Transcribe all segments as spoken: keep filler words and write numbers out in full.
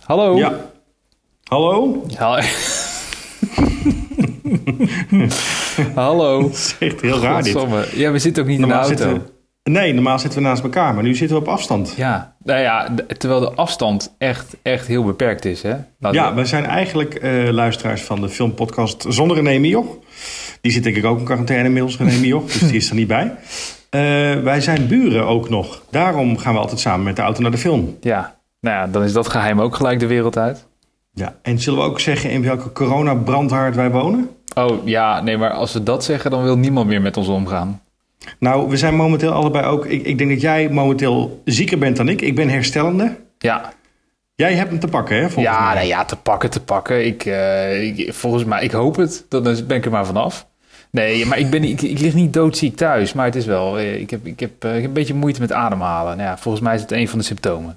Hallo. Ja. Hallo? Hallo. Hallo. Dat is echt heel raar dit. Ja, we zitten ook niet normaal in de auto. Zitten we, nee, normaal zitten we naast elkaar, maar nu zitten we op afstand. Ja, nou ja, de, terwijl de afstand echt, echt heel beperkt is, hè? Laten ja, we... wij zijn eigenlijk uh, luisteraars van de filmpodcast zonder René Mioch. Die zit denk ik ook in quarantaine inmiddels, René Mioch, dus die is er niet bij. Uh, wij zijn buren ook nog. Daarom gaan we altijd samen met de auto naar de film. Ja, nou ja, dan is dat geheim ook gelijk de wereld uit. Ja, en zullen we ook zeggen in welke coronabrandhaard wij wonen? Oh ja, nee, maar als we dat zeggen, dan wil niemand meer met ons omgaan. Nou, we zijn momenteel allebei ook... Ik, ik denk dat jij momenteel zieker bent dan ik. Ik ben herstellende. Ja. Jij hebt hem te pakken, hè? Volgens ja, mij. Nou ja, te pakken, te pakken. Ik, uh, ik, volgens mij, ik hoop het. Dan ben ik er maar vanaf. Nee, maar ik, ben, ik, ik lig niet doodziek thuis. Maar het is wel... Ik heb, ik, heb, ik heb een beetje moeite met ademhalen. Nou ja, volgens mij is het een van de symptomen.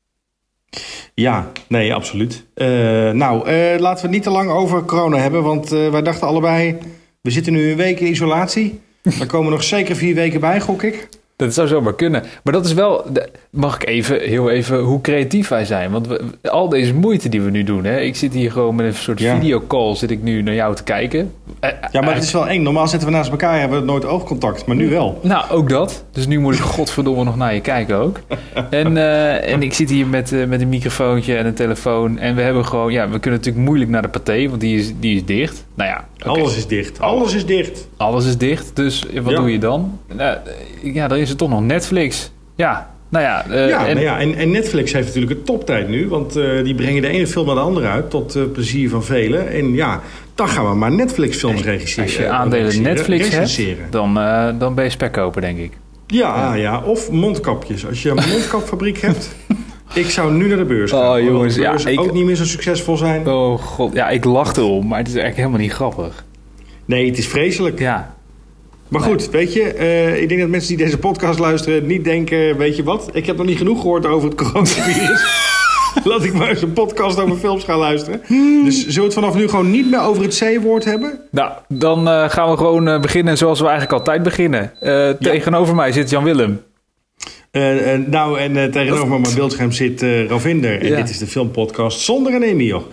Ja, nee, absoluut. Uh, nou, uh, laten we het niet te lang over corona hebben. Want uh, wij dachten allebei... We zitten nu een week in isolatie. Er komen nog zeker vier weken bij, gok ik. Dat zou zomaar kunnen. Maar dat is wel... Mag ik even, heel even, hoe creatief wij zijn? Want we, al deze moeite die we nu doen... Hè, ik zit hier gewoon met een soort ja. videocall... zit ik nu naar jou te kijken. Ja, maar het is wel eng. Normaal zitten we naast elkaar... hebben we nooit oogcontact, maar nu wel. Nou, ook dat. Dus nu moet ik godverdomme nog naar je kijken ook. En, uh, en ik zit hier met, uh, met een microfoontje en een telefoon... en we hebben gewoon... Ja, we kunnen natuurlijk moeilijk naar de paté... want die is, die is dicht. Nou ja, okay. Alles is dicht. Alles is dicht. Alles is dicht. Dus wat ja. doe je dan? Uh, ja, dan is het toch nog Netflix. Ja, nou ja. Uh, ja, en... Nou ja en, en Netflix heeft natuurlijk een toptijd nu. Want uh, die brengen de ene film naar de andere uit. Tot uh, plezier van velen. En ja, dan gaan we maar Netflix-films nee, regisseren. Als je aandelen Netflix hebt, dan, uh, dan ben je spekkoper, denk ik. Ja, ja, ja, of mondkapjes. Als je een mondkapfabriek hebt... Ik zou nu naar de beurs gaan. Oh jongens, de beurs ja, ik... ook niet meer zo succesvol zijn. Oh god, ja, ik lach erom. Maar het is eigenlijk helemaal niet grappig. Nee, het is vreselijk. Ja. Maar goed, nee. weet je, uh, ik denk dat mensen die deze podcast luisteren niet denken, weet je wat, ik heb nog niet genoeg gehoord over het coronavirus. Laat ik maar eens een podcast over films gaan luisteren. Hmm. Dus zullen we het vanaf nu gewoon niet meer over het C-woord hebben? Nou, dan uh, gaan we gewoon uh, beginnen zoals we eigenlijk altijd beginnen. Uh, ja. Tegenover mij zit Jan Willem. Uh, uh, nou, en uh, tegenover oh. mijn beeldscherm zit uh, Ravinder. En ja. dit is de filmpodcast zonder René Mioch.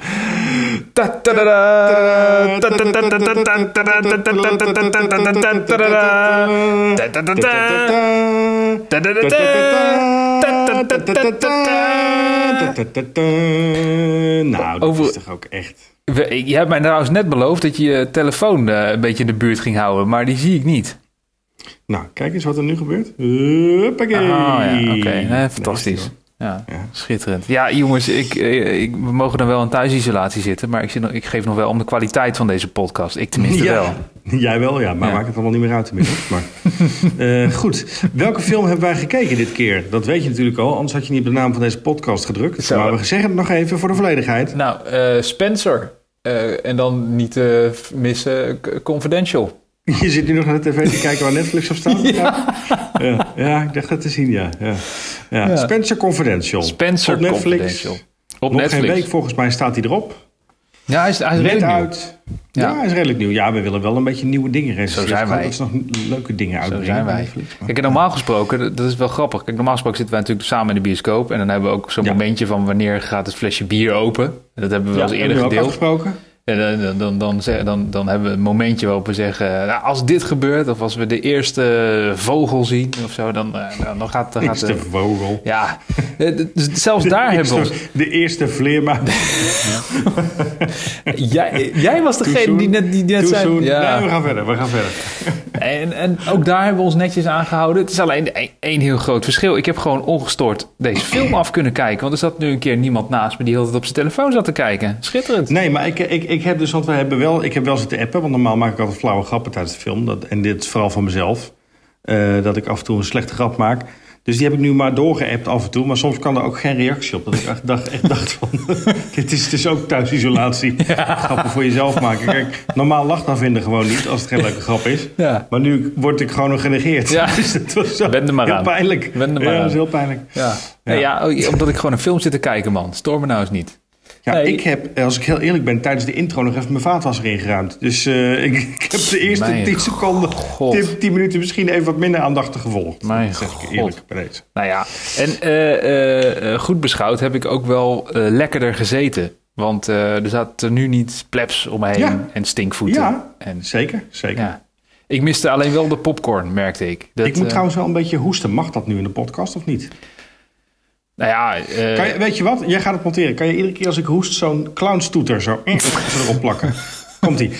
Nou, dat is toch ook echt... Je hebt mij trouwens net beloofd dat je je telefoon uh, een beetje in de buurt ging houden, maar die zie ik niet. Nou, kijk eens wat er nu gebeurt. Huppakee. Oh ja, oké. Okay. Nee, fantastisch. Ja, ja, schitterend. Ja, jongens, ik, ik, we mogen dan wel in thuisisolatie zitten, maar ik, zit nog, ik geef nog wel om de kwaliteit van deze podcast. Ik tenminste ja, wel. Jij wel, ja, maar ja. maakt het allemaal niet meer uit inmiddels. Maar uh, goed, welke film hebben wij gekeken dit keer? Dat weet je natuurlijk al, anders had je niet op de naam van deze podcast gedrukt. Zo. Maar we zeggen het nog even voor de volledigheid. Nou, uh, Spencer. Uh, en dan niet uh, missen uh, Confidential. Je zit nu nog naar de tv te kijken waar Netflix op staat? Ja. Ja, ja, ik dacht dat te zien, ja. ja. ja. ja. Spencer Confidential. Spencer op Netflix. Confidential. Op Nog Netflix. geen week, volgens mij staat hij erop. Ja, hij is, hij is Net redelijk uit. Ja. ja, hij is redelijk nieuw. Ja, we willen wel een beetje nieuwe dingen recenseren. Zo zijn wij. Dat is nog leuke dingen uitbrengen. Zo zijn wij. Netflix, maar... Kijk, normaal gesproken, dat is wel grappig. Kijk, normaal gesproken zitten wij natuurlijk samen in de bioscoop. En dan hebben we ook zo'n ja. momentje van wanneer gaat het flesje bier open. En dat hebben we wel ja, eens eerder hebben we gedeeld. Ook afgesproken. En dan, dan, dan, dan, dan, dan hebben we een momentje waarop we zeggen... Nou, als dit gebeurt, of als we de eerste vogel zien of zo... dan, dan, dan gaat... Dan de eerste gaat de, vogel. Ja, dus zelfs de daar eerste, hebben we ons... De eerste vleermuis. jij, jij was degene die net, die net zei... Ja. Nee, we gaan verder, we gaan verder. En, en ook daar hebben we ons netjes aangehouden. Het is alleen één heel groot verschil. Ik heb gewoon ongestoord deze film af kunnen kijken. Want er zat nu een keer niemand naast me die altijd op zijn telefoon zat te kijken. Schitterend. Nee, maar ik, ik, ik heb dus, want we hebben wel, ik heb wel zitten appen. Want normaal maak ik altijd flauwe grappen tijdens de film. Dat, en dit is vooral van mezelf. Uh, dat ik af en toe een slechte grap maak. Dus die heb ik nu maar doorgeappt af en toe. Maar soms kan er ook geen reactie op. Dat ik echt dacht, echt dacht van... dit is dus ook thuisisolatie. Ja. Grappen voor jezelf maken. Kijk, normaal lacht dan vinden gewoon niet... als het geen leuke grap is. Ja. Maar nu word ik gewoon nog genegeerd. Ja. Dus dat was zo ben er maar heel aan. pijnlijk. Ben er maar ja, aan. dat is heel pijnlijk. Ja. Ja. Ja, omdat ik gewoon een film zit te kijken, man. Stoor me nou eens niet. Ja, Nee. ik heb, als ik heel eerlijk ben, tijdens de intro nog even mijn vaatwasser ingeruimd. Dus uh, ik, ik heb de eerste Mijn tien seconden, tien, tien minuten misschien even wat minder aandachtig gevolgd. Mijn dat zeg God. ik eerlijk bij deze. Nou ja, en uh, uh, goed beschouwd heb ik ook wel uh, lekkerder gezeten. Want uh, er zaten nu niet plebs omheen Ja. en stinkvoeten. Ja, en, zeker, zeker. ja. Ik miste alleen wel de popcorn, merkte ik. Dat, ik moet uh, trouwens wel een beetje hoesten. Mag dat nu in de podcast of niet? Nou ja, uh, Kan je, weet je wat? Jij gaat het monteren. Kan je iedere keer als ik hoest zo'n clownstoeter zo erop plakken? Komt-ie.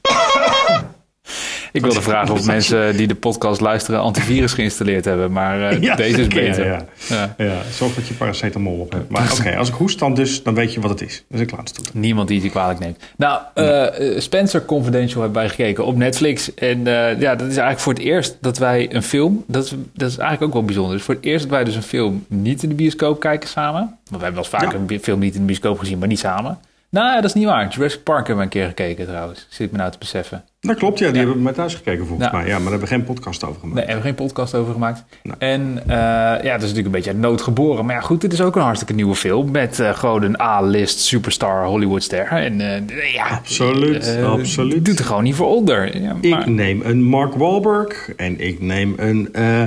Ik wilde vragen of mensen die de podcast luisteren antivirus geïnstalleerd hebben. Maar uh, ja, deze is beter. Ja, ja. Ja. Ja, zorg dat je paracetamol op hebt. Maar oké, okay, als ik hoest dan dus, dan weet je wat het is. Dat is een clownstoeter. Niemand die het je kwalijk neemt. Nou, uh, Spencer Confidential hebben wij gekeken op Netflix. En uh, ja, dat is eigenlijk voor het eerst dat wij een film... Dat is, dat is eigenlijk ook wel bijzonder. Dus voor het eerst dat wij dus een film niet in de bioscoop kijken samen. Want we hebben wel eens vaker ja. een film niet in de bioscoop gezien, maar niet samen. Nou, dat is niet waar. Jurassic Park hebben we een keer gekeken trouwens. Zit ik me nou te beseffen. Dat klopt, ja. Die ja. hebben we met thuis gekeken volgens ja. mij. Ja, maar daar hebben we geen podcast over gemaakt. Nee, hebben we geen podcast over gemaakt. Nee. En uh, ja, dat is natuurlijk een beetje uit nood geboren. Maar ja, goed, dit is ook een hartstikke nieuwe film. Met uh, gewoon een A-list superstar Hollywoodster. En uh, ja... Absoluut, uh, absoluut. Doet er gewoon niet voor onder. Ja, maar... Ik neem een Mark Wahlberg. En ik neem een... Uh,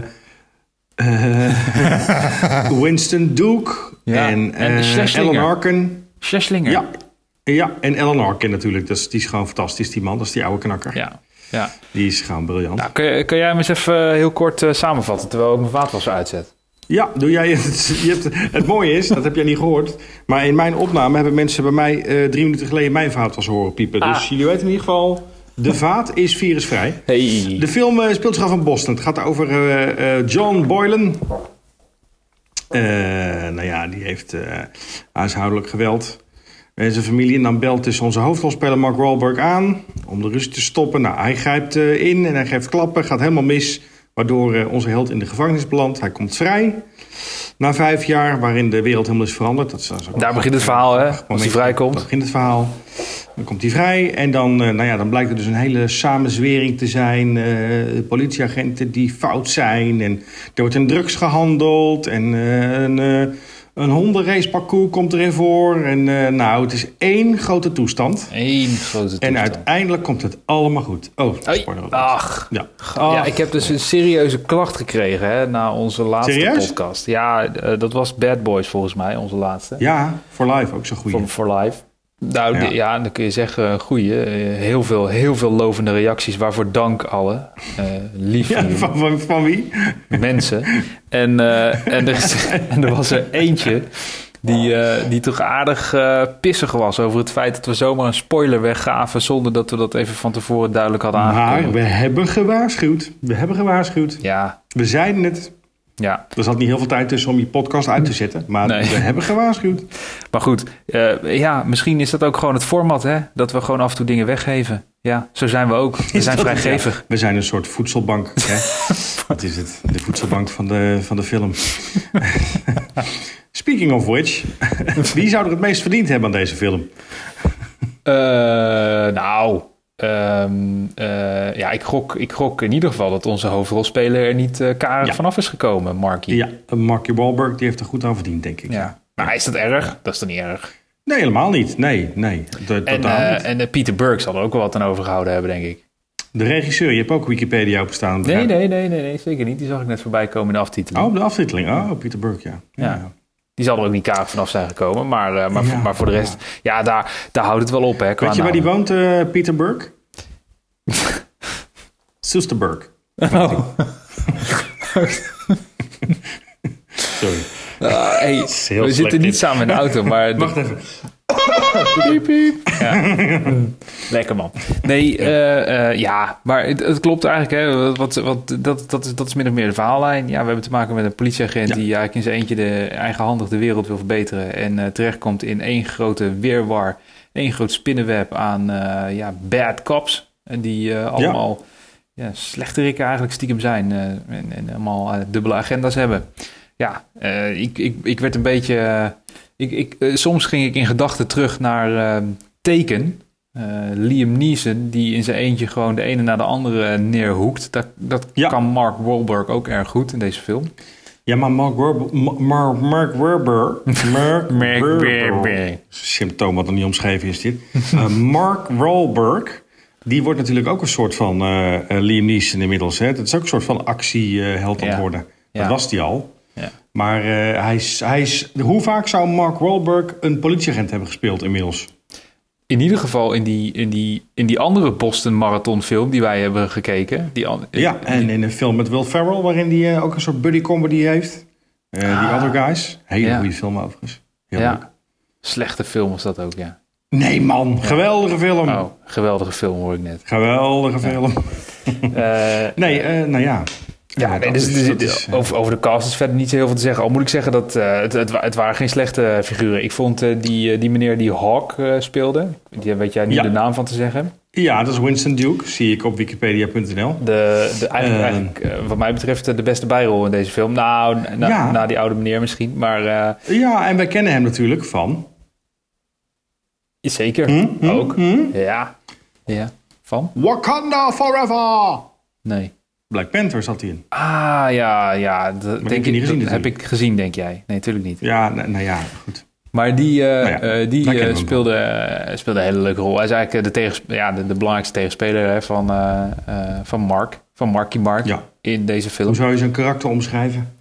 uh, Winston Duke. Ja. En, uh, en Alan Arkin. Schlesinger. Ja. Ja, en Alan Arkin natuurlijk. Dat is, die is gewoon fantastisch, die man. Dat is die oude knakker. Ja, ja. Die is gewoon briljant. Nou, kun, kun jij hem eens even heel kort uh, samenvatten... terwijl ik mijn vaatwasser uitzet? Ja, doe jij het. Je hebt, het mooie is, dat heb jij niet gehoord... maar in mijn opname hebben mensen bij mij... Uh, drie minuten geleden mijn vaatwasser horen piepen. Ah. Dus jullie weten in ieder geval... de vaat is virusvrij. Hey. De film uh, speelt zich af in Boston. Het gaat over uh, uh, John Boylan. Uh, nou ja, die heeft uh, huishoudelijk geweld... En zijn familie, en dan belt dus onze hoofdrolspeler Mark Wahlberg aan... om de ruzie te stoppen. Nou, hij grijpt uh, in en hij geeft klappen, gaat helemaal mis... waardoor uh, onze held in de gevangenis belandt. Hij komt vrij na vijf jaar, waarin de wereld helemaal is veranderd. Dat is, dat is ook Daar begint het verhaal, hè? Als hij vrijkomt. Daar begint het verhaal. Dan komt hij vrij en dan, uh, nou ja, dan blijkt er dus een hele samenzwering te zijn. Uh, politieagenten die fout zijn. En er wordt in drugs gehandeld en uh, een... Uh, Een hondenraceparcours komt erin voor. En uh, nou, het is één grote toestand. Eén grote toestand. En uiteindelijk komt het allemaal goed. Oh, spoiler. Ach. Ja. Ach. Ja, ik heb dus een serieuze klacht gekregen hè, na onze laatste Serieus? podcast. Ja, uh, dat was Bad Boys volgens mij, onze laatste. Ja, For Life ook zo goed. For, for Life. Nou, ja. De, ja, dan kun je zeggen, goeie. Uh, heel, veel, heel veel lovende reacties, waarvoor dank alle. Uh, lief ja, van, van, van wie? Mensen. En, uh, en, er is, en er was er eentje die, uh, die toch aardig uh, pissig was over het feit dat we zomaar een spoiler weggaven zonder dat we dat even van tevoren duidelijk hadden aangekondigd. Maar we hebben gewaarschuwd. We hebben gewaarschuwd. Ja. We zeiden het. Ja. Er zat niet heel veel tijd tussen om je podcast uit te zetten. Maar nee. we hebben gewaarschuwd. Maar goed, uh, ja, misschien is dat ook gewoon het format, hè? Dat we gewoon af en toe dingen weggeven. Ja, zo zijn we ook. We is zijn vrijgevig. Ja, we zijn een soort voedselbank. Hè? Wat is het? De voedselbank van de, van de film. Speaking of which, wie zou er het meest verdiend hebben aan deze film? Uh, nou... Um, uh, ja, ik gok, ik gok in ieder geval dat onze hoofdrolspeler er niet uh, karig ja. vanaf is gekomen, Marky. Ja, Marky Wahlberg die heeft er goed aan verdiend, denk ik. Ja. Maar is dat erg? Dat is toch niet erg? Nee, helemaal niet. Nee, nee. De, en totaal uh, niet. en uh, Peter Berg zal er ook wel wat aan overgehouden hebben, denk ik. De regisseur, je hebt ook Wikipedia openstaan. Nee, nee, nee, nee, nee, zeker niet. Die zag ik net voorbij komen in de aftiteling. Oh, de aftiteling. Oh, Peter Berg, ja. ja. ja. Die zal er ook niet karig vanaf zijn gekomen. Maar, uh, maar, ja, maar voor de rest, ja, ja daar, daar houdt het wel op. Hè, Weet je namen. waar die woont, uh, Peter Berg? Soesterberg. Oh. Sorry. Uh, hey, we zitten niet dit. samen in de auto, maar... Wacht even. Piep, piep. Ja. Lekker man. Nee, uh, uh, ja, maar het, het klopt eigenlijk. Hè, wat, wat, dat, dat, is, dat is min of meer de verhaallijn. Ja, we hebben te maken met een politieagent... Ja. die eigenlijk in zijn eentje de, eigenhandig de wereld wil verbeteren... en uh, terechtkomt in één grote weerwar... één groot spinnenweb aan uh, ja, bad cops... En die uh, allemaal ja. Ja, slechterikken eigenlijk stiekem zijn. Uh, en, en allemaal uh, dubbele agenda's hebben. Ja, uh, ik, ik, ik werd een beetje... Uh, ik, ik, uh, soms ging ik in gedachten terug naar uh, Taken. Uh, Liam Neeson, die in zijn eentje gewoon de ene na de andere neerhoekt. Dat, dat ja. kan Mark Wahlberg ook erg goed in deze film. Ja, maar Mark Werber... Mark, Mark Werber... Mark Werber... Symptoom wat er niet omschreven is dit. Uh, Mark Wahlberg... Die wordt natuurlijk ook een soort van uh, uh, Liam Neeson inmiddels. Hè? Dat is ook een soort van actieheld uh, aan het worden. Dat ja. was hij al. Ja. Maar uh, hij is, hij is, hoe vaak zou Mark Wahlberg een politieagent hebben gespeeld inmiddels? In ieder geval in die, in die, in die andere Boston Marathon film die wij hebben gekeken. Die, ja, en die, in een film met Will Ferrell waarin hij uh, ook een soort buddy comedy heeft. Die uh, ah, Other Guys. Hele ja. goede film overigens. Heel ja. leuk. Slechte film was dat ook, ja. Nee man, ja. geweldige film. Oh, geweldige film hoor ik net. Geweldige film. Ja. uh, nee, uh, nou ja. Ja, nee, dus, is, dus, is, over, over de cast is verder niet zo heel veel te zeggen. Al moet ik zeggen dat uh, het, het, het waren geen slechte figuren. Ik vond uh, die, die meneer die Hawk uh, speelde, die weet jij niet ja. de naam van te zeggen. Ja, dat is Winston Duke, zie ik op wikipedia punt n l. De, de, eigenlijk, uh, eigenlijk uh, wat mij betreft de beste bijrol in deze film. Nou, na, ja. na die oude meneer misschien, maar... Uh, ja, en wij kennen hem natuurlijk van... Zeker, hm, hm, ook. Hm. Ja. ja, van? Wakanda Forever! Nee. Black Panther zat hij in. Ah, ja, ja. Dat, denk ik, gezien, dat heb ik gezien, denk jij. Nee, natuurlijk niet. Ja, nou, nou ja, goed. Maar die, uh, nou ja, uh, die uh, speelde, uh, speelde een hele leuke rol. Hij is eigenlijk de, tegens, ja, de, de belangrijkste tegenspeler hè, van, uh, uh, van Mark. Van Marky Mark ja. in deze film. Hoe zou je zijn karakter omschrijven?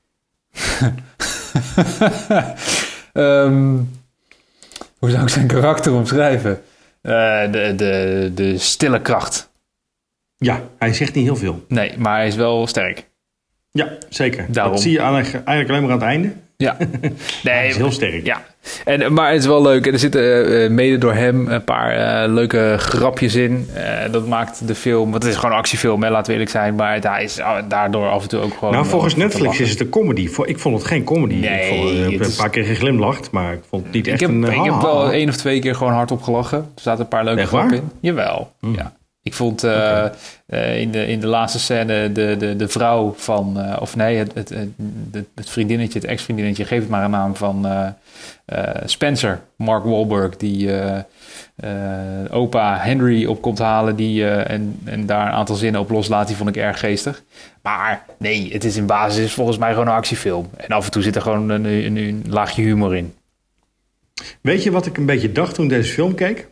um, hoe zou ik zijn karakter omschrijven? Uh, de, de, de stille kracht. Ja, hij zegt niet heel veel. Nee, maar hij is wel sterk. Ja, zeker. Daarom. Dat zie je eigenlijk alleen maar aan het einde. Ja, nee, hij is heel sterk. Ja. En, maar het is wel leuk. Er zitten uh, mede door hem een paar uh, leuke grapjes in. Uh, dat maakt de film... Want het is gewoon een actiefilm, hè, laten we eerlijk zijn. Maar hij is daardoor af en toe ook gewoon... Nou, volgens Netflix is het een comedy. Ik vond het geen comedy. Nee, ik vond, uh, ik heb is... een paar keer geglimlacht, maar ik vond het niet ik echt heb, een... Ik heb wel één of twee keer gewoon hardop gelachen. Er zaten een paar leuke echt grappen waar? in. Jawel, mm. ja. Ik vond uh, okay. uh, in, de, in de laatste scène de, de, de vrouw van... Uh, of nee, het, het, het, het vriendinnetje, het ex-vriendinnetje... geef het maar een naam van uh, uh, Spencer, Mark Wahlberg... die uh, uh, opa Henry op komt halen... Die, uh, en, en daar een aantal zinnen op loslaat. Die vond ik erg geestig. Maar nee, het is in basis volgens mij gewoon een actiefilm. En af en toe zit er gewoon een, een, een laagje humor in. Weet je wat ik een beetje dacht toen ik deze film keek?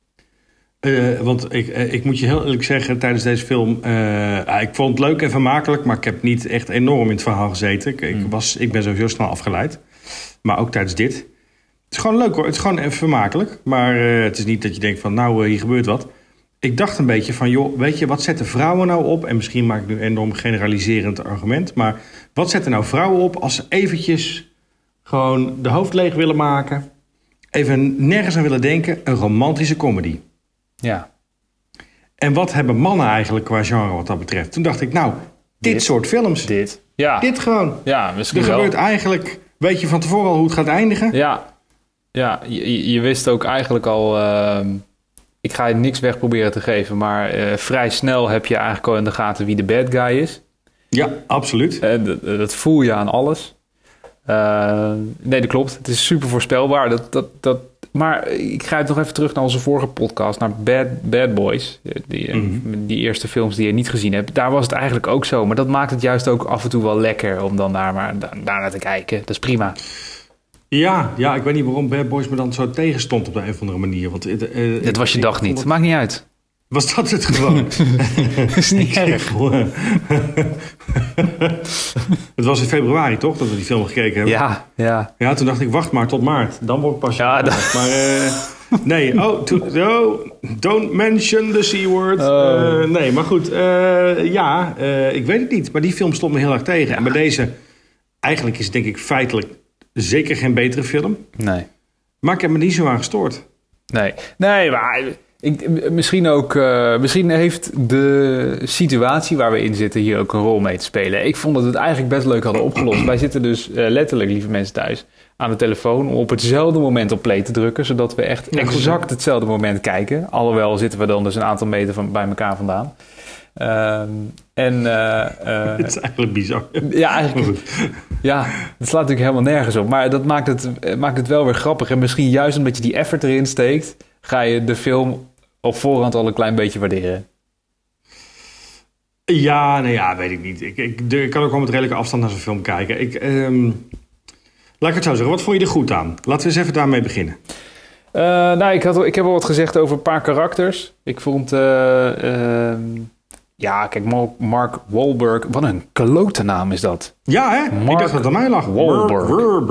Uh, want ik, uh, ik moet je heel eerlijk zeggen, tijdens deze film... Uh, uh, ik vond het leuk en vermakelijk, maar ik heb niet echt enorm in het verhaal gezeten. Ik, ik, was, ik ben sowieso snel afgeleid. Maar ook tijdens dit. Het is gewoon leuk hoor, het is gewoon even vermakelijk. Maar uh, het is niet dat je denkt van, nou, uh, hier gebeurt wat. Ik dacht een beetje van, joh, weet je, wat zetten vrouwen nou op? En misschien maak ik nu een enorm generaliserend argument. Maar wat zetten nou vrouwen op als ze eventjes gewoon de hoofd leeg willen maken? Even nergens aan willen denken, een romantische comedy. Ja. En wat hebben mannen eigenlijk qua genre wat dat betreft? Toen dacht ik, nou, dit, dit soort films. Dit. Ja. Dit gewoon. Ja, misschien er wel. gebeurt eigenlijk, weet je van tevoren al hoe het gaat eindigen? Ja. Ja, je, je wist ook eigenlijk al... Uh, ik ga je niks weg proberen te geven, maar uh, vrij snel heb je eigenlijk al in de gaten wie de bad guy is. Ja, absoluut. Uh, dat, dat voel je aan alles. Uh, nee, dat klopt. Het is super voorspelbaar. Dat, dat, dat, maar ik ga nog even terug naar onze vorige podcast, naar Bad, Bad Boys. Die, mm-hmm. die eerste films die je niet gezien hebt. Daar was het eigenlijk ook zo. Maar dat maakt het juist ook af en toe wel lekker om dan daar maar daar naar te kijken. Dat is prima. Ja, ja, ik weet niet waarom Bad Boys me dan zo tegenstond op de een of andere manier. Want, uh, uh, dat was je dag niet. Het maakt niet uit. Was dat het gewoon? Dat is niet erg. Het was in februari toch, dat we die film gekeken hebben? Ja, ja. Ja, toen dacht ik, wacht maar tot maart. Dan word ik pas... Ja, dat... Maar uh, nee, oh, to, oh, don't mention the C-word. Oh. Uh, nee, maar goed. Uh, ja, uh, ik weet het niet. Maar die film stond me heel erg tegen. Ja. En bij deze, eigenlijk is het denk ik feitelijk zeker geen betere film. Nee. Maar ik heb me niet zo aan gestoord. Nee, nee, maar... Ik, misschien ook, uh, misschien heeft de situatie waar we in zitten hier ook een rol mee te spelen. Ik vond dat we het eigenlijk best leuk hadden opgelost. Wij zitten dus uh, letterlijk, lieve mensen thuis, aan de telefoon om op hetzelfde moment op play te drukken, zodat we echt ja, exact hetzelfde moment kijken. Alhoewel zitten we dan dus een aantal meter van, bij elkaar vandaan. Uh, en, uh, uh, het is eigenlijk bizar. Ja, eigenlijk. Ja, het slaat natuurlijk helemaal nergens op. Maar dat maakt het, maakt het wel weer grappig. En misschien juist omdat je die effort erin steekt, ga je de film op voorhand al een klein beetje waarderen. Ja, nou ja, weet ik niet. Ik, ik, ik kan ook wel met redelijke afstand naar zo'n film kijken. Ik, um, laat ik het zo zeggen. Wat vond je er goed aan? Laten we eens even daarmee beginnen. Uh, nou, ik, had, ik heb al wat gezegd over een paar karakters. Ik vond... Uh, uh, ja, kijk, Mark Wahlberg. Wat een klote naam is dat. Ja, hè? Mark ik dacht dat het aan mij lag. Wahlberg.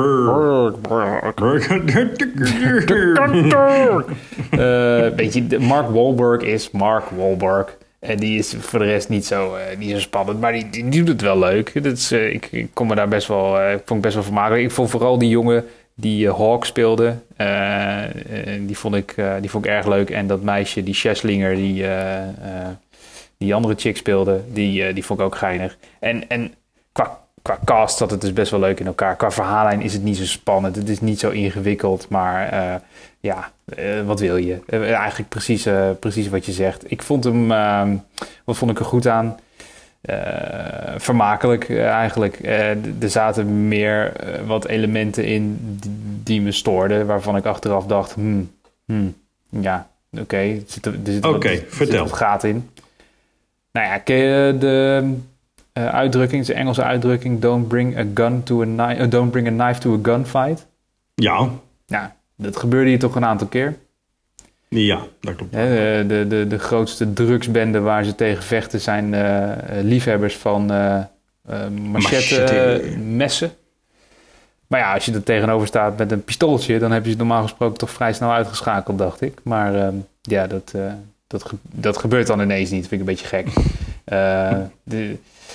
uh, weet je, Mark Wahlberg is Mark Wahlberg. En die is voor de rest niet zo, uh, niet zo spannend. Maar die, die, die doet het wel leuk. Dat is, uh, ik, ik kon me daar best wel, uh, ik vond best wel vermakelijk. Ik vond vooral die jongen die uh, Hawk speelde. Uh, uh, die, vond ik, uh, die vond ik erg leuk. En dat meisje, die Scheslinger, die, uh, uh, die andere chick speelde. Die, uh, die vond ik ook geinig. En, en qua, qua cast zat het dus best wel leuk in elkaar. Qua verhaallijn is het niet zo spannend. Het is niet zo ingewikkeld. Maar uh, ja, uh, wat wil je? Uh, eigenlijk precies, uh, precies wat je zegt. Ik vond hem, uh, wat vond ik er goed aan? Uh, vermakelijk uh, eigenlijk. Uh, er zaten meer uh, wat elementen in die, die me stoorden. Waarvan ik achteraf dacht, hmm, hmm, ja, oké. Okay, er zit, er zit, okay, wat, er zit wat gaat in. Nou ja, ken je de uh, uitdrukking, de Engelse uitdrukking, don't bring a gun to a knife, uh, don't bring a knife to a gunfight? Ja. Nou, dat gebeurde hier toch een aantal keer. Ja, dat klopt. De, de, de, de grootste drugsbende waar ze tegen vechten zijn uh, liefhebbers van uh, uh, machette, uh, messen. Maar ja, als je er tegenover staat met een pistooltje, dan heb je ze normaal gesproken toch vrij snel uitgeschakeld, dacht ik. Maar uh, ja, dat, uh, dat, ge- dat gebeurt dan ineens niet. Dat vind ik een beetje gek. Uh, de,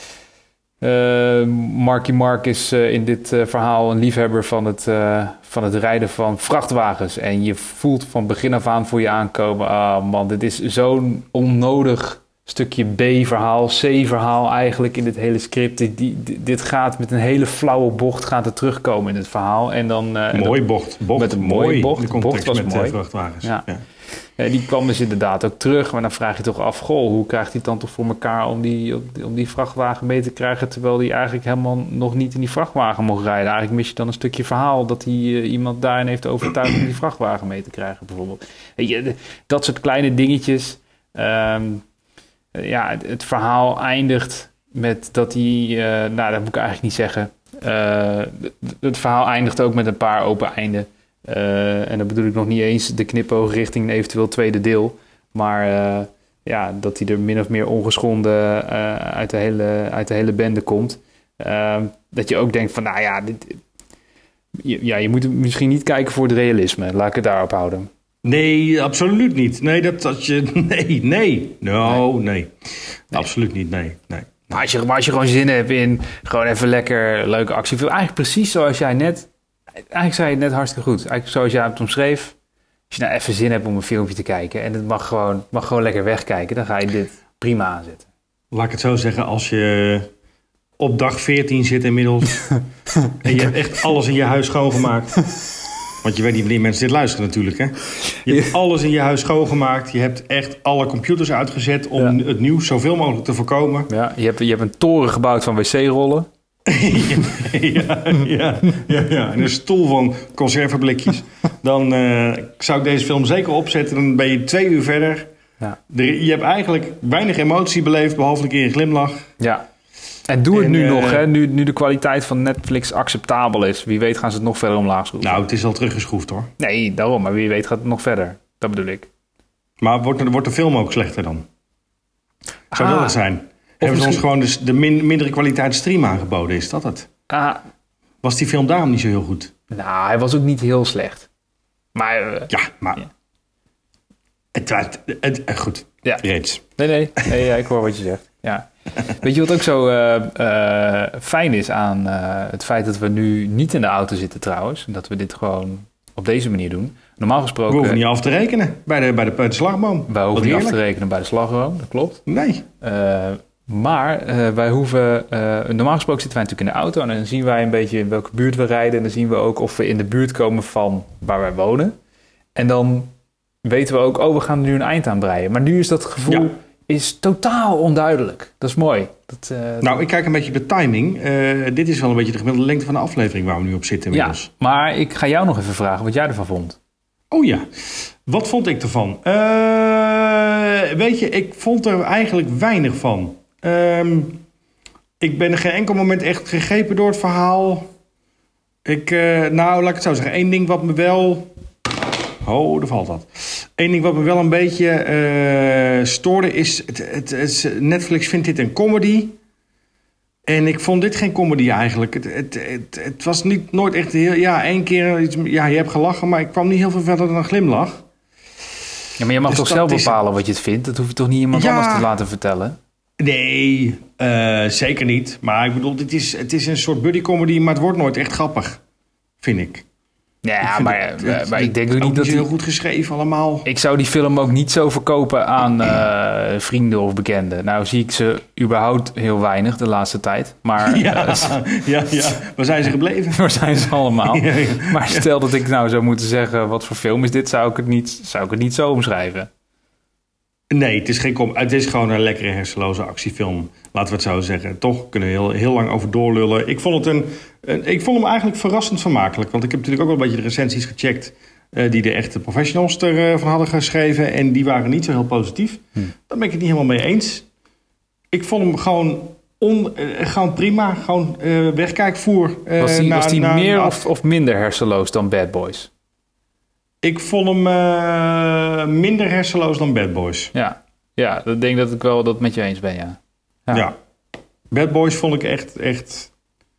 uh, Marky Mark is uh, in dit uh, verhaal een liefhebber van het, uh, van het rijden van vrachtwagens. En je voelt van begin af aan voor je aankomen, ah man, dit is zo'n onnodig stukje B-verhaal, C-verhaal eigenlijk in dit hele script. Dit, dit, dit gaat met een hele flauwe bocht gaat het terugkomen in het verhaal. En dan, uh, mooi bocht. bocht. Met een mooie bocht. De De bocht was met mooi. vrachtwagens. Ja. Ja. Uh, die kwam dus inderdaad ook terug. Maar dan vraag je toch af, goh, hoe krijgt hij het dan toch voor elkaar om die, om die vrachtwagen mee te krijgen, terwijl hij eigenlijk helemaal nog niet in die vrachtwagen mocht rijden. Eigenlijk mis je dan een stukje verhaal dat hij uh, iemand daarin heeft overtuigd om die vrachtwagen mee te krijgen, bijvoorbeeld. Weet je, dat soort kleine dingetjes. Um, Ja, het, het verhaal eindigt met dat hij... Uh, nou, dat moet ik eigenlijk niet zeggen. Uh, het, het verhaal eindigt ook met een paar open einden. Uh, en dan bedoel ik nog niet eens de knipoog richting een eventueel tweede deel. Maar uh, ja, dat hij er min of meer ongeschonden uh, uit, de hele, uit de hele bende komt. Uh, dat je ook denkt van, nou ja... Dit, ja, je moet misschien niet kijken voor het realisme. Laat ik het daarop houden. Nee, absoluut niet. Nee, dat, dat je... Nee, nee. No, nee. nee. nee. Absoluut niet, nee. nee. Maar als, je, maar als je gewoon zin hebt in gewoon even lekker leuke actiefilm. Eigenlijk precies zoals jij net... Eigenlijk zei je het net hartstikke goed. Eigenlijk zoals jij het omschreef. Als je nou even zin hebt om een filmpje te kijken... en het mag gewoon, mag gewoon lekker wegkijken... dan ga je dit prima aanzetten. Laat ik het zo zeggen. Als je op dag veertien zit inmiddels... en je hebt echt alles in je huis schoongemaakt... Want je weet niet wanneer mensen dit luisteren natuurlijk, hè? Je hebt alles in je huis schoongemaakt. Je hebt echt alle computers uitgezet om ja. het nieuws zoveel mogelijk te voorkomen. Ja, je hebt, je hebt een toren gebouwd van wc-rollen. ja, ja, ja, ja, ja. En een stoel van conserveblikjes. Dan uh, zou ik deze film zeker opzetten. Dan ben je twee uur verder. Ja. Je hebt eigenlijk weinig emotie beleefd, behalve een keer een glimlach. Ja. En doe het en, nu uh, nog, hè? Nu, nu de kwaliteit van Netflix acceptabel is. Wie weet gaan ze het nog verder omlaag schroeven. Nou, het is al teruggeschroefd, hoor. Nee, daarom. Maar wie weet gaat het nog verder. Dat bedoel ik. Maar wordt, er, wordt de film ook slechter dan? Zou ah, dat het zijn? Hebben misschien... ze ons gewoon de, de min, mindere kwaliteit stream aangeboden? Is dat het? Ah, was die film daarom niet zo heel goed? Nou, hij was ook niet heel slecht. Maar... Uh, ja, maar... Ja. Het, het, het, het, goed, ja. reeds. Nee, nee. nee ja, ik hoor wat je zegt. Ja. Weet je wat ook zo uh, uh, fijn is aan uh, het feit dat we nu niet in de auto zitten trouwens. En dat we dit gewoon op deze manier doen. Normaal gesproken... We hoeven niet af te rekenen bij de, bij de, bij de slagboom. Wij hoeven niet af te rekenen bij de slagboom, dat klopt. Nee. Uh, maar uh, wij hoeven... Uh, normaal gesproken zitten wij natuurlijk in de auto. En dan zien wij een beetje in welke buurt we rijden. En dan zien we ook of we in de buurt komen van waar wij wonen. En dan weten we ook, oh, we gaan er nu een eind aan breien. Maar nu is dat gevoel... Ja. is totaal onduidelijk. Dat is mooi. Dat, uh, nou, ik kijk een beetje op de timing. Uh, dit is wel een beetje de gemiddelde lengte van de aflevering waar we nu op zitten inmiddels. Ja, maar ik ga jou nog even vragen wat jij ervan vond. Oh ja, wat vond ik ervan? Uh, weet je, ik vond er eigenlijk weinig van. Um, ik ben er geen enkel moment echt gegrepen door het verhaal. Ik, uh, nou, laat ik het zo zeggen. Eén ding wat me wel... Oh, er valt wat. Eén ding wat me wel een beetje uh, stoorde is... Het, het, het, Netflix vindt dit een comedy. En ik vond dit geen comedy eigenlijk. Het, het, het, het was niet, nooit echt heel... Ja, één keer... Iets, ja, je hebt gelachen, maar ik kwam niet heel veel verder dan een glimlach. Ja, maar je mag dus toch zelf bepalen is... wat je het vindt? Dat hoef je toch niet iemand ja, anders te laten vertellen? Nee, uh, zeker niet. Maar ik bedoel, dit is, het is een soort buddy-comedy... maar het wordt nooit echt grappig, vind ik. Ja, ik maar, het, het, maar ik denk ook, ook niet dat het heel goed geschreven allemaal. Ik zou die film ook niet zo verkopen aan uh, vrienden of bekenden. Nou zie ik ze überhaupt heel weinig de laatste tijd. Maar ja, uh, ja, ja. Waar zijn ze gebleven? Waar zijn ze allemaal? Ja, ja. Maar stel dat ik nou zou moeten zeggen... wat voor film is dit, zou ik het niet, zou ik het niet zo omschrijven. Nee, het is, geen kom- het is gewoon een lekkere hersenloze actiefilm. Laten we het zo zeggen. Toch kunnen we heel, heel lang over doorlullen. Ik vond, het een, een, ik vond hem eigenlijk verrassend vermakelijk. Want ik heb natuurlijk ook wel een beetje de recensies gecheckt... Uh, die de echte professionals ervan uh, hadden geschreven. En die waren niet zo heel positief. Hm. Daar ben ik het niet helemaal mee eens. Ik vond hem gewoon, on, uh, gewoon prima. Gewoon uh, wegkijkvoer. Uh, was die, na, was die na, meer na, of, of minder hersenloos dan Bad Boys? Ik vond hem uh, minder hersenloos dan Bad Boys. Ja, ja, ik denk dat ik wel dat met je eens ben, ja. Ja. ja. Bad Boys vond ik echt... echt...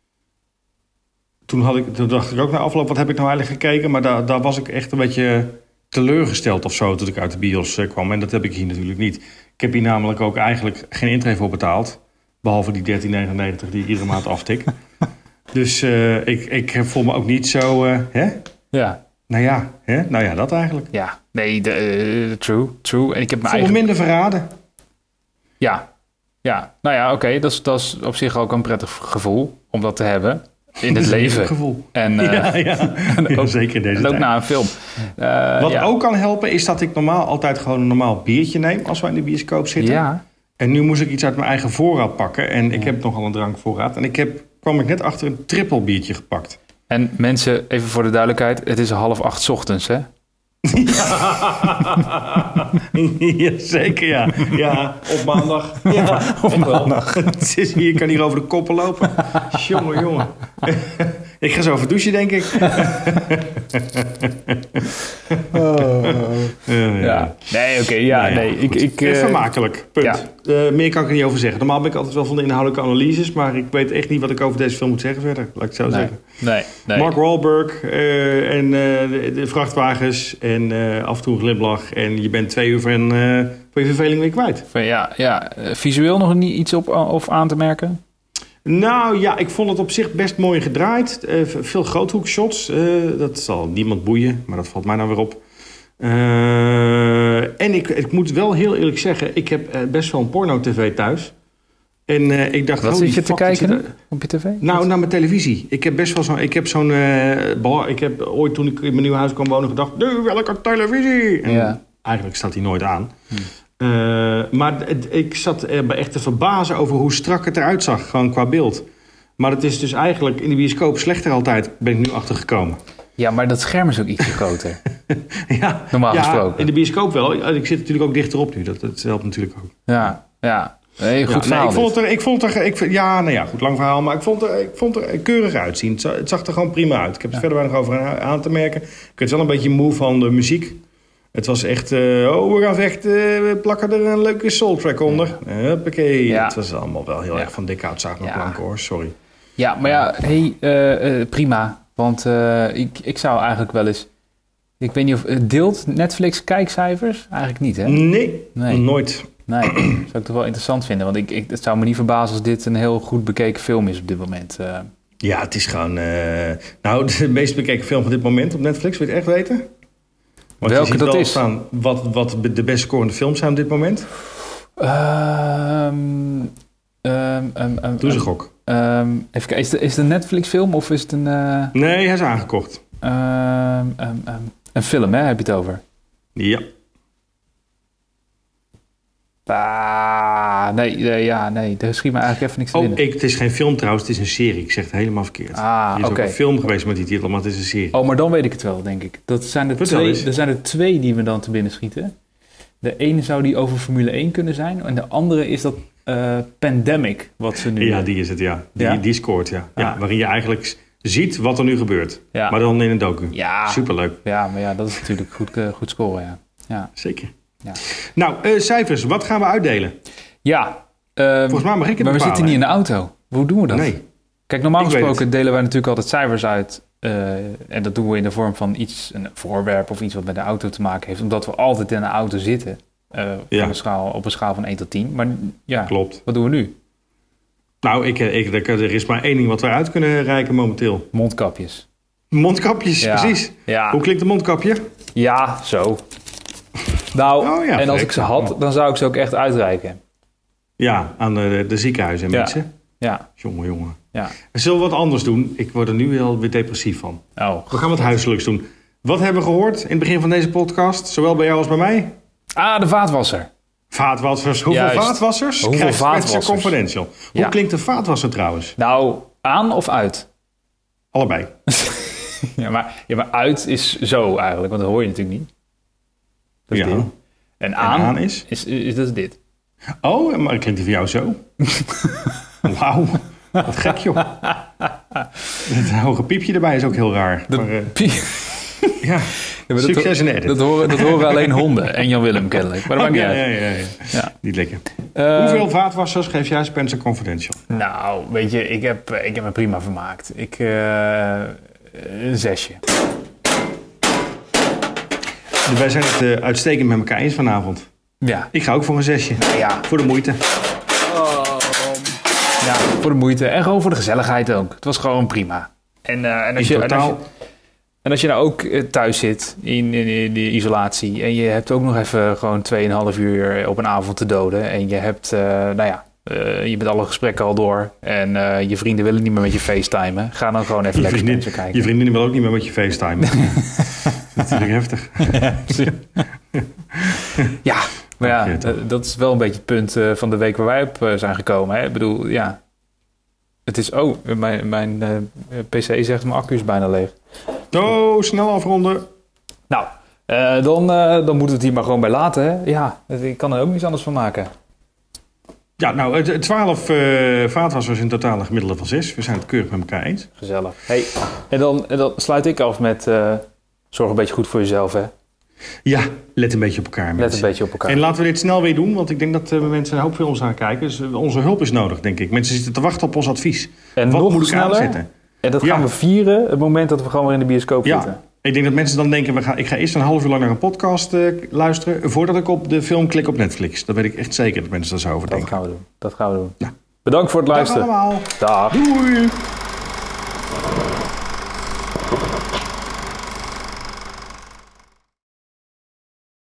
Toen, had ik, toen dacht ik ook na afloop, wat heb ik nou eigenlijk gekeken? Maar daar, daar was ik echt een beetje teleurgesteld of zo... toen ik uit de bios uh, kwam. En dat heb ik hier natuurlijk niet. Ik heb hier namelijk ook eigenlijk geen intree voor betaald. Behalve die dertien negenennegentig die ik iedere maand aftik. Dus uh, ik, ik voel me ook niet zo... Uh, hè? Ja. Nou ja, hè? Nou ja, dat eigenlijk. Ja, nee, de, uh, true, true. En ik heb me eigen... minder verraden. Ja, ja. Nou ja, oké, okay. dat, dat is op zich ook een prettig gevoel om dat te hebben in het leven. Gevoel. En, uh, ja, ja. en ook, ja, zeker in deze en tijd. ook na een film. Uh, Wat ja. ook kan helpen is dat ik normaal altijd gewoon een normaal biertje neem als we in de bioscoop zitten. Ja. En nu moest ik iets uit mijn eigen voorraad pakken. En ik ja. heb nogal een drankvoorraad. En ik heb, kwam ik net achter een triple biertje gepakt. En mensen, even voor de duidelijkheid, het is half acht 's ochtends, hè? ja, zeker ja. Ja, op maandag. Ja, op maandag. Het is hier, ik kan hier over de koppen lopen. Jongen, jongen. Ik ga zo even douchen, denk ik. oh. uh, ja. Nee, oké, okay, ja, nou ja, nee. Ik, ik, uh, vermakelijk, punt. Ja. Uh, meer kan ik er niet over zeggen. Normaal ben ik altijd wel van de inhoudelijke analyses... maar ik weet echt niet wat ik over deze film moet zeggen verder. Laat ik het zo nee. zeggen. Nee, nee. Mark Wahlberg uh, en uh, de, de vrachtwagens en uh, af en toe een glimlach... en je bent twee uur van, uh, van je verveling weer kwijt. Ja, ja. Uh, visueel nog niet iets op of aan te merken? Nou ja, ik vond het op zich best mooi gedraaid. Uh, veel groothoekshots. Uh, dat zal niemand boeien, maar dat valt mij nou weer op. Uh, en ik, ik moet wel heel eerlijk zeggen... ik heb uh, best wel een porno-tv thuis. En uh, ik dacht... Wat zit je te kijken er... op je tv? Nou, naar mijn televisie. Ik heb best wel zo'n... Ik heb zo'n... Uh, ik heb ooit toen ik in mijn nieuwe huis kwam wonen gedacht... nu welke televisie? En ja. Eigenlijk staat die nooit aan. Hm. Uh, maar het, ik zat er echt te verbazen over hoe strak het eruit zag, gewoon qua beeld. Maar het is dus eigenlijk in de bioscoop slechter altijd, ben ik nu achtergekomen. Ja, maar dat scherm is ook iets groter. ja, normaal ja, gesproken. In de bioscoop wel. Ik zit natuurlijk ook dichterop nu, dat, dat helpt natuurlijk ook. Ja, ja. Nee, goed ja, verhaal. Nee, ik vond het er, ik vond het er, ik, ja, nou ja, goed, lang verhaal, maar ik vond, er, ik vond het er keurig uitzien. Het zag, het zag er gewoon prima uit. Ik heb er ja. verder weinig over aan te merken. Ik werd wel een beetje moe van de muziek. Het was echt, uh, oh, we gaan vechten, we plakken er een leuke soultrack onder. Ja. Huppakee. Ja. Het was allemaal wel heel ja. erg van dik hout zaag met ja. planken, hoor, sorry. Ja, maar ja, hey, uh, uh, prima. Want uh, ik, ik zou eigenlijk wel eens... Ik weet niet of... Uh, deelt Netflix kijkcijfers? Eigenlijk niet, hè? Nee, nee. nooit. Nee, dat zou ik toch wel interessant vinden. Want ik, ik, het zou me niet verbazen als dit een heel goed bekeken film is op dit moment. Uh. Ja, het is gewoon... Uh, nou, de meest bekeken film van dit moment op Netflix, wil je het echt weten? Want welke je dat is? Staan wat, wat de best scorende films zijn op dit moment? Um, um, um, um, Doe ze gok. Um, even kijken, is, de, is het een Netflix film of is het een... Uh... Nee, hij is aangekocht. Um, um, um, een film, hè? Heb je het over? Ja. Ah, nee, nee, ja, nee, daar schiet me eigenlijk even niks te oh, binnen. Ik, het is geen film trouwens, het is een serie. Ik zeg het helemaal verkeerd. Ah, er is okay. ook een film geweest met die titel, maar het is een serie. Oh, maar dan weet ik het wel, denk ik. Dat zijn er, twee, er zijn er twee die me dan te binnen schieten. De ene zou die over Formule één kunnen zijn. En de andere is dat uh, Pandemic, wat ze nu... Ja, die is het, ja. Die, ja? die scoort, ja. ja. ja. Waarin je eigenlijk ziet wat er nu gebeurt. Ja. Maar dan in een docu. Ja. Superleuk. Ja, maar ja, dat is natuurlijk goed, uh, goed scoren, ja. ja. Zeker. Ja. Nou, uh, cijfers. Wat gaan we uitdelen? Ja. Uh, Volgens mij mag ik het Maar bepalen. we zitten niet in de auto. Hoe doen we dat? Nee. Kijk, normaal ik gesproken delen wij natuurlijk altijd cijfers uit. Uh, en dat doen we in de vorm van iets, een voorwerp of iets wat met de auto te maken heeft. Omdat we altijd in een auto zitten. Uh, ja. van een schaal, op een schaal van één tot tien. Maar ja, klopt. Wat doen we nu? Nou, ik, ik, er is maar één ding wat we uit kunnen reiken momenteel. Mondkapjes. Mondkapjes, ja. precies. Ja. Hoe klinkt een mondkapje? Ja, zo. Nou, oh, ja, en als ik ze had, dan zou ik ze ook echt uitreiken. Ja, aan de, de ziekenhuizen en ja. mensen. Ja. Jongen, jongen. Ja. Zullen we wat anders doen? Ik word er nu wel weer depressief van. Oh. We gaan wat huiselijks doen. Wat hebben we gehoord in het begin van deze podcast? Zowel bij jou als bij mij? Ah, de vaatwasser. Vaatwassers. Hoeveel Juist. vaatwassers? Hoeveel krijgt vaatwassers? Confidential. Hoe ja. klinkt een vaatwasser trouwens? Nou, aan of uit? Allebei. ja, maar, ja, maar uit is zo eigenlijk, want dat hoor je natuurlijk niet. Dat is ja. dit. En aan, en aan is? Is, is, is dat dit. Oh, maar klinkt die voor jou zo? Wauw. Wat gek, joh. Het hoge piepje erbij is ook heel raar. Dat maar, uh, pie- ja, ja succes in edit. Dat horen, dat horen alleen honden en Jan Willem kennelijk. Maar dat oh, maakt ja, niet ja, uit. ja, ja. Ja. Niet lekker. Uh, Hoeveel vaatwassers geef jij Spencer Confidential? Nou, weet je, ik heb, ik heb me prima vermaakt. Ik, uh, een zesje. Wij zijn het uh, uitstekend met elkaar eens vanavond. Ja. Ik ga ook voor een zesje. Nou ja. Voor de moeite. Ja, voor de moeite. En gewoon voor de gezelligheid ook. Het was gewoon prima. En, uh, en, als, je, en, als, je, en als je nou ook uh, thuis zit in, in, in de isolatie... en je hebt ook nog even gewoon tweeënhalf uur op een avond te doden... en je hebt, uh, nou ja, uh, je bent alle gesprekken al door... en uh, je vrienden willen niet meer met je facetimen... ga dan gewoon even je lekker mensen kijken. Je vriendin wil ook niet meer met je facetimen. Dat is natuurlijk heftig. Ja, maar ja, ja d- dat is wel een beetje het punt uh, van de week waar wij op uh, zijn gekomen. Hè? Ik bedoel, ja... Het is, oh, mijn, mijn uh, P C zegt mijn accu is bijna leeg. Oh, snel afronden. Nou, uh, dan, uh, dan moeten we het hier maar gewoon bij laten. Hè? Ja, ik kan er ook niets anders van maken. Ja, nou, twaalf uh, vaatwassers in totaal een gemiddelde van zes. We zijn het keurig met elkaar eens. Gezellig. Hey, en, dan, en dan sluit ik af met... Uh, zorg een beetje goed voor jezelf, hè? Ja, let een beetje op elkaar. Mensen. Let een beetje op elkaar. En laten we dit snel weer doen, want ik denk dat uh, mensen een hoop voor ons aan kijken. Dus uh, onze hulp is nodig, denk ik. Mensen zitten te wachten op ons advies. En wat nog moet ik sneller, aanzetten? En dat ja. gaan we vieren het moment dat we gewoon weer in de bioscoop ja. zitten. Ik denk dat mensen dan denken, we gaan, ik ga eerst een half uur lang naar een podcast uh, luisteren... voordat ik op de film klik op Netflix. Dat weet ik echt zeker dat mensen daar zo over dat denken. Gaan we doen. Dat gaan we doen. Ja. Bedankt voor het luisteren. Dag allemaal. Dag. Doei.